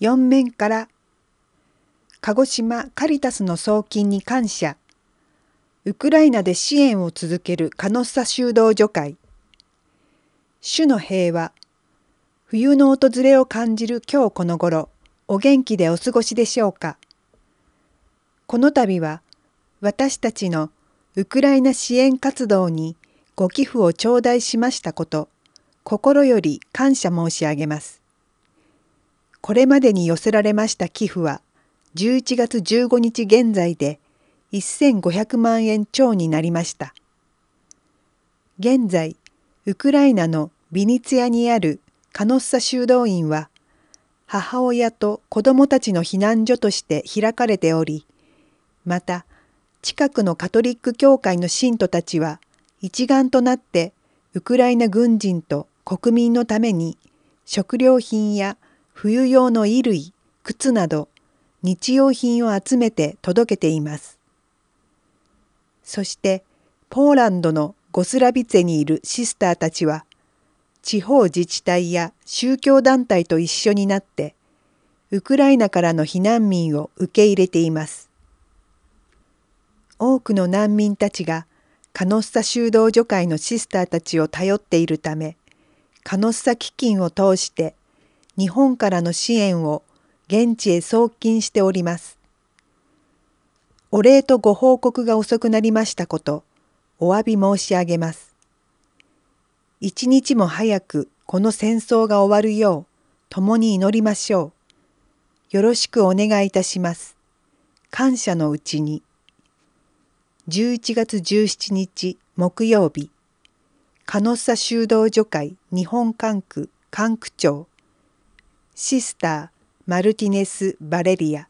4面から鹿児島カリタスの送金に感謝。ウクライナで支援を続けるカノッサ修道女会。主の平和。冬の訪れを感じる今日この頃、お元気でお過ごしでしょうか。この度は私たちのウクライナ支援活動にご寄付を頂戴しましたこと、心より感謝申し上げます。これまでに寄せられました寄付は、11月15日現在で1500万円超になりました。現在、ウクライナのビニツィアにあるカノッサ修道院は、母親と子供たちの避難所として開かれており、また、近くのカトリック教会の信徒たちは、一丸となってウクライナ軍人と国民のために食料品や冬用の衣類、靴など日用品を集めて届けています。そしてポーランドのゴスラビツェにいるシスターたちは地方自治体や宗教団体と一緒になってウクライナからの避難民を受け入れています。多くの難民たちがカノッサ修道女会のシスターたちを頼っているため、カノッサ基金を通して日本からの支援を現地へ送金しております。お礼とご報告が遅くなりましたこと、お詫び申し上げます。一日も早くこの戦争が終わるよう、共に祈りましょう。よろしくお願いいたします。感謝のうちに。11月17日木曜日、カノッサ修道女会日本管区管区長、シスター・マルティネス・バレリア。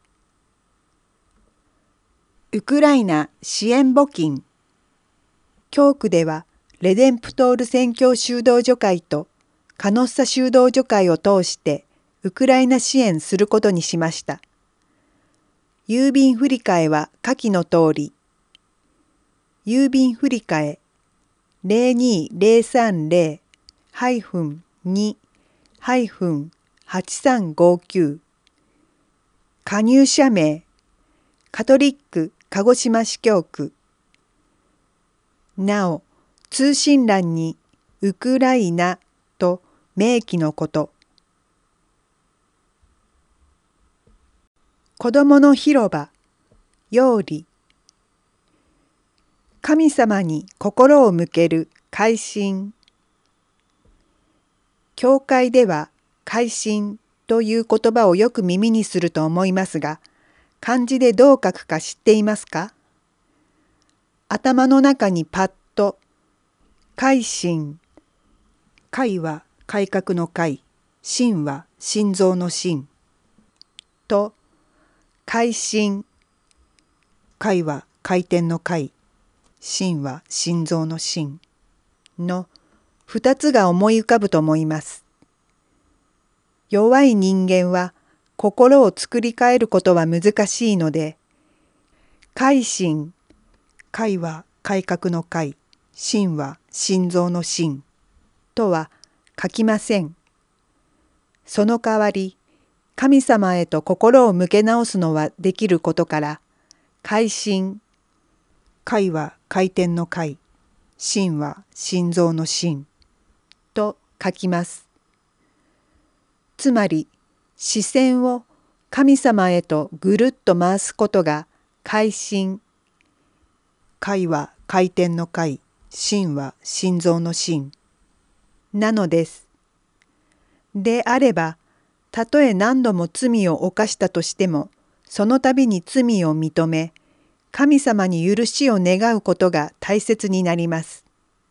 ウクライナ支援募金。教区ではレデンプトール宣教修道女会とカノッサ修道女会を通してウクライナ支援することにしました。郵便振替は下記の通り。郵便振替 02030-2-8359 加入者名カトリック鹿児島市教区。なお、通信欄にウクライナと明記のこと。子どもの広場、用理。神様に心を向ける改心。教会では改心という言葉をよく耳にすると思いますが、漢字でどう書くか知っていますか？頭の中にパッと、改心。改は改革の改、心は心臓の心。と、改心。改は回転の改。心は心臓の心の二つが思い浮かぶと思います。弱い人間は心を作り変えることは難しいので、改心、改は改革の改、心は心臓の心とは書きません。その代わり、神様へと心を向け直すのはできることから、改心、改は回転の改、心は心臓の心と書きます。つまり視線を神様へとぐるっと回すことが改心、改は回転の改、心は心臓の心なのです。であれば、たとえ何度も罪を犯したとしても、その度に罪を認め、神様に許しを願うことが大切になります。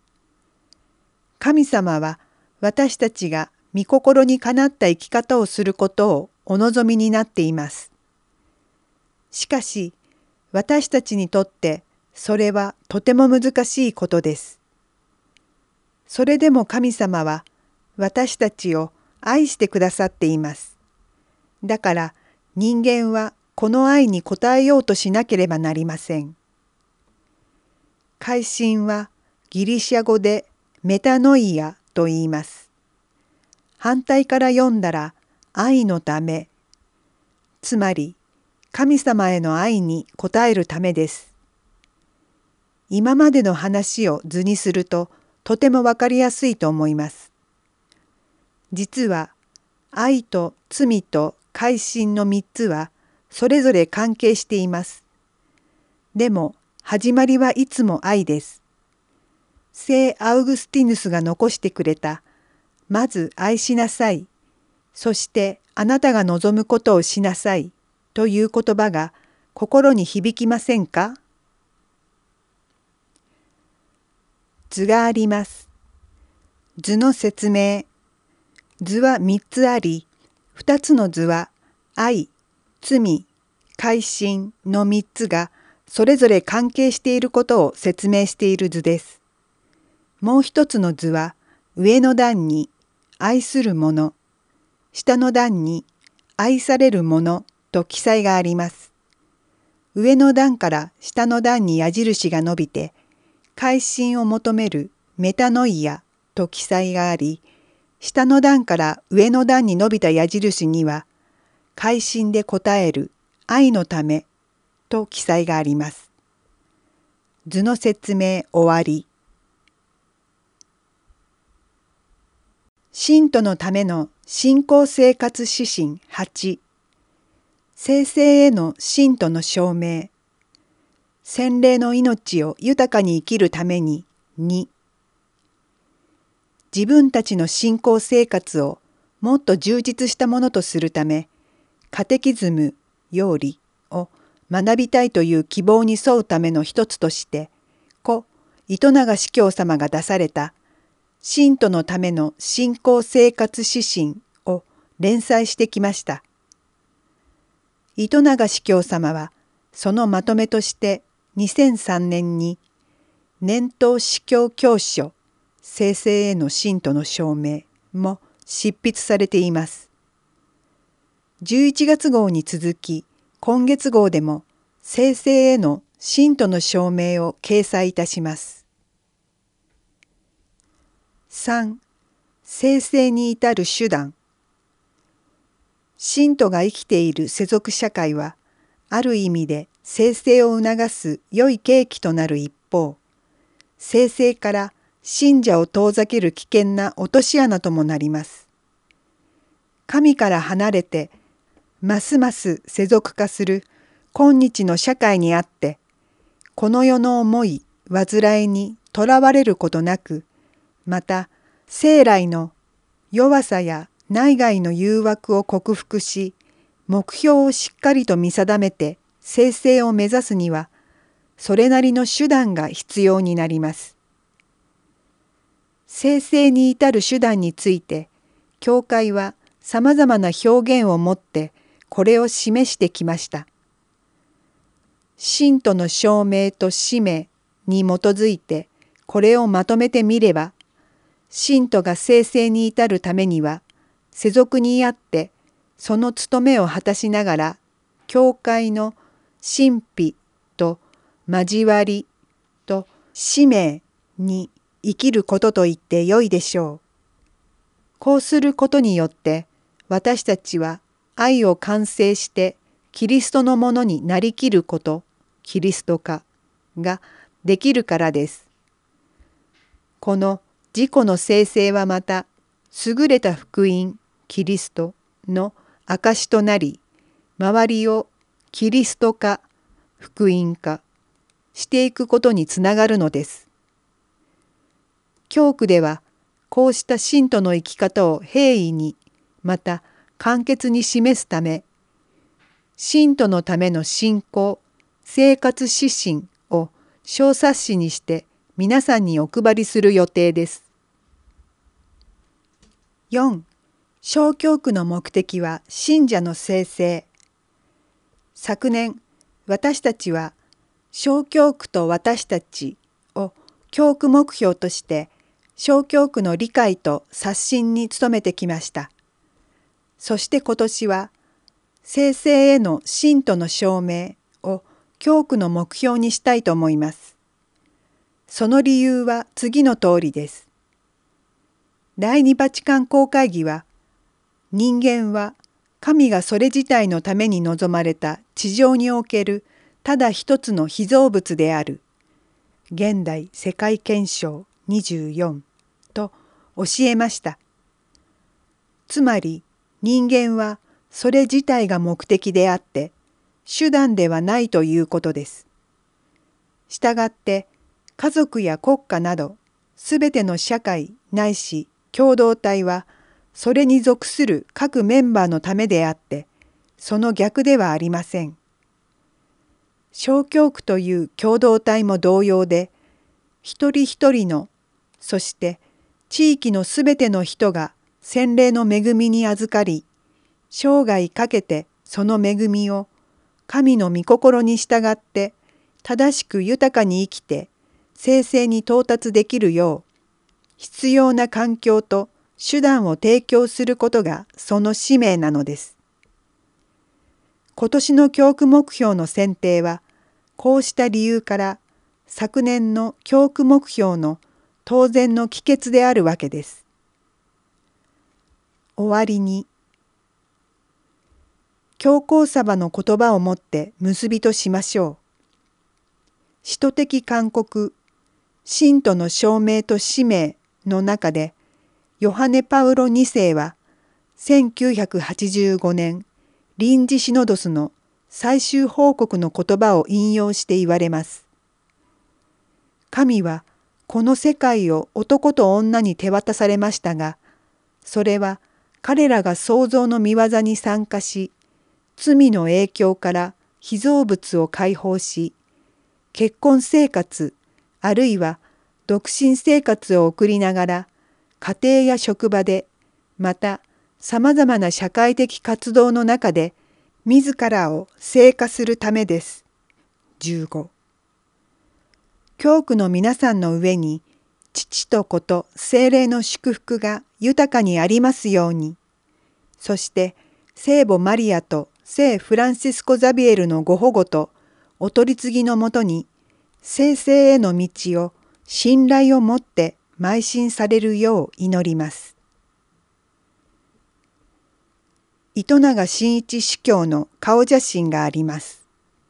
神様は私たちが御心にかなった生き方をすることをお望みになっています。しかし私たちにとってそれはとても難しいことです。それでも神様は私たちを愛してくださっています。だから人間はこの愛に応えようとしなければなりません。改心はギリシャ語でメタノイアと言います。反対から読んだら愛のため、 つまり神様への愛に応えるためです。今までの話を図にするととてもわかりやすいと思います。実は愛と罪と改心の3つはそれぞれ関係しています。でも始まりはいつも愛です。聖アウグスティヌスが残してくれた「まず愛しなさい」そしてあなたが望むことをしなさいという言葉が心に響きませんか？図があります。図の説明。図は3つあり、2つの図は愛、罪、改心の3つがそれぞれ関係していることを説明している図です。もう一つの図は上の段に愛するもの、下の段に愛されるものと記載があります。上の段から下の段に矢印が伸びて、改心を求めるメタノイアと記載があり、下の段から上の段に伸びた矢印には、改心で応える愛のためと記載があります。図の説明終わり。信徒のための信仰生活指針8、聖聖への信徒の証明、洗礼の命を豊かに生きるために2、自分たちの信仰生活をもっと充実したものとするため、カテキズム、要理を学びたいという希望に沿うための一つとして、故糸永司教様が出された信徒のための信仰生活指針を連載してきました。糸永司教様はそのまとめとして2003年に年頭司教教書聖聖への信徒の証明も執筆されています。11月号に続き今月号でも聖聖への信徒の証明を掲載いたします。3. 聖聖に至る手段。信徒が生きている世俗社会はある意味で聖聖を促す良い契機となる一方、聖聖から信者を遠ざける危険な落とし穴ともなります。神から離れてますます世俗化する今日の社会にあって、この世の思い煩いにとらわれることなく、また生来の弱さや内外の誘惑を克服し、目標をしっかりと見定めて聖聖を目指すには、それなりの手段が必要になります。聖聖に至る手段について、教会はさまざまな表現をもってこれを示してきました。信徒の証明と使命に基づいてこれをまとめてみれば、信徒が聖聖に至るためには、世俗にあってその務めを果たしながら、教会の神秘と交わりと使命に生きることと言ってよいでしょう。こうすることによって、私たちは愛を完成してキリストのものになりきること、キリスト化ができるからです。この自己の聖聖はまた、優れた福音、キリストの証となり、周りをキリスト化、福音化していくことにつながるのです。教区では、こうした信徒の生き方を平易に、また簡潔に示すため、信徒のための信仰、生活指針を小冊子にして皆さんにお配りする予定です。4. 小教区の目的は信者の聖聖。昨年、私たちは小教区と私たちを教区目標として小教区の理解と刷新に努めてきました。そして今年は聖聖への信徒の証明を教区の目標にしたいと思います。その理由は次の通りです。第二バチカン公会議は、人間は神がそれ自体のために望まれた地上におけるただ一つの被造物である。現代世界憲章24と教えました。つまり人間はそれ自体が目的であって手段ではないということです。したがって家族や国家などすべての社会ないし共同体はそれに属する各メンバーのためであってその逆ではありません。小教区という共同体も同様で一人一人のそして地域のすべての人が洗礼の恵みに預かり生涯かけてその恵みを神の御心に従って正しく豊かに生きて聖々に到達できるよう必要な環境と手段を提供することがその使命なのです。今年の教区目標の選定はこうした理由から昨年の教区目標の当然の帰結であるわけです。終わりに教皇様の言葉をもって結びとしましょう。使徒的勧告、信徒の証明と使命の中でヨハネ・パウロ2世は1985年臨時シノドスの最終報告の言葉を引用して言われます。神はこの世界を男と女に手渡されましたが、それは彼らが創造の御業に参加し、罪の影響から被造物を解放し、結婚生活あるいは独身生活を送りながら、家庭や職場で、またさまざまな社会的活動の中で、自らを聖化するためです。15。教区の皆さんの上に、父と子と聖霊の祝福が豊かにありますように。そして、聖母マリアと聖フランシスコ・ザビエルのご保護とお取り次ぎのもとに、聖々への道を信頼をもって邁進されるよう祈ります。糸永真一司教の顔写真があります。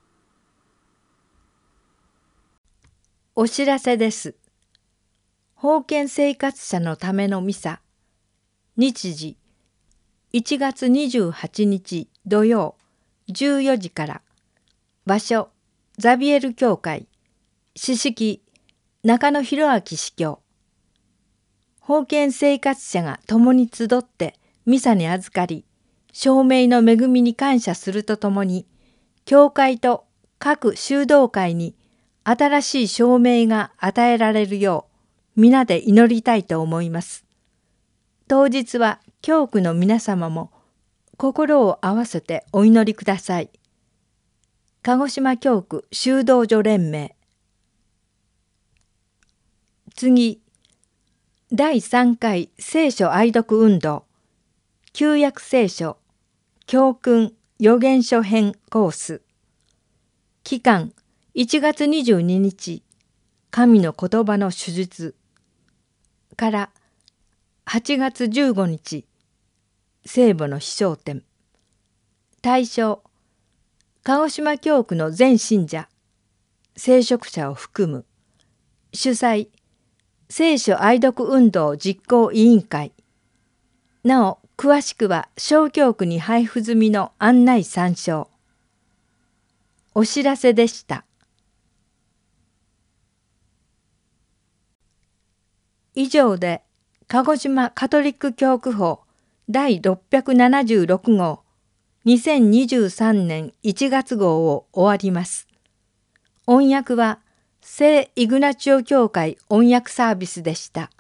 お知らせです。封建生活者のためのミサ。日時1月28日土曜14時から。場所ザビエル教会。司式中野博明司教。封建生活者が共に集ってミサに預かり、証明の恵みに感謝するとともに、教会と各修道会に新しい証明が与えられるよう、皆で祈りたいと思います。当日は教区の皆様も心を合わせてお祈りください。鹿児島教区修道女連盟。次、第3回聖書愛読運動、旧約聖書、教訓預言書編コース。期間1月22日、神の言葉の手術から8月15日、聖母の飛翔天。対象、鹿児島教区の全信者、聖職者を含む。主催、聖書愛読運動実行委員会。なお、詳しくは小教区に配布済みの案内参照。お知らせでした。以上で、鹿児島カトリック教区法第676号2023年1月号を終わります。音訳は聖イグナチオ教会音訳サービスでした。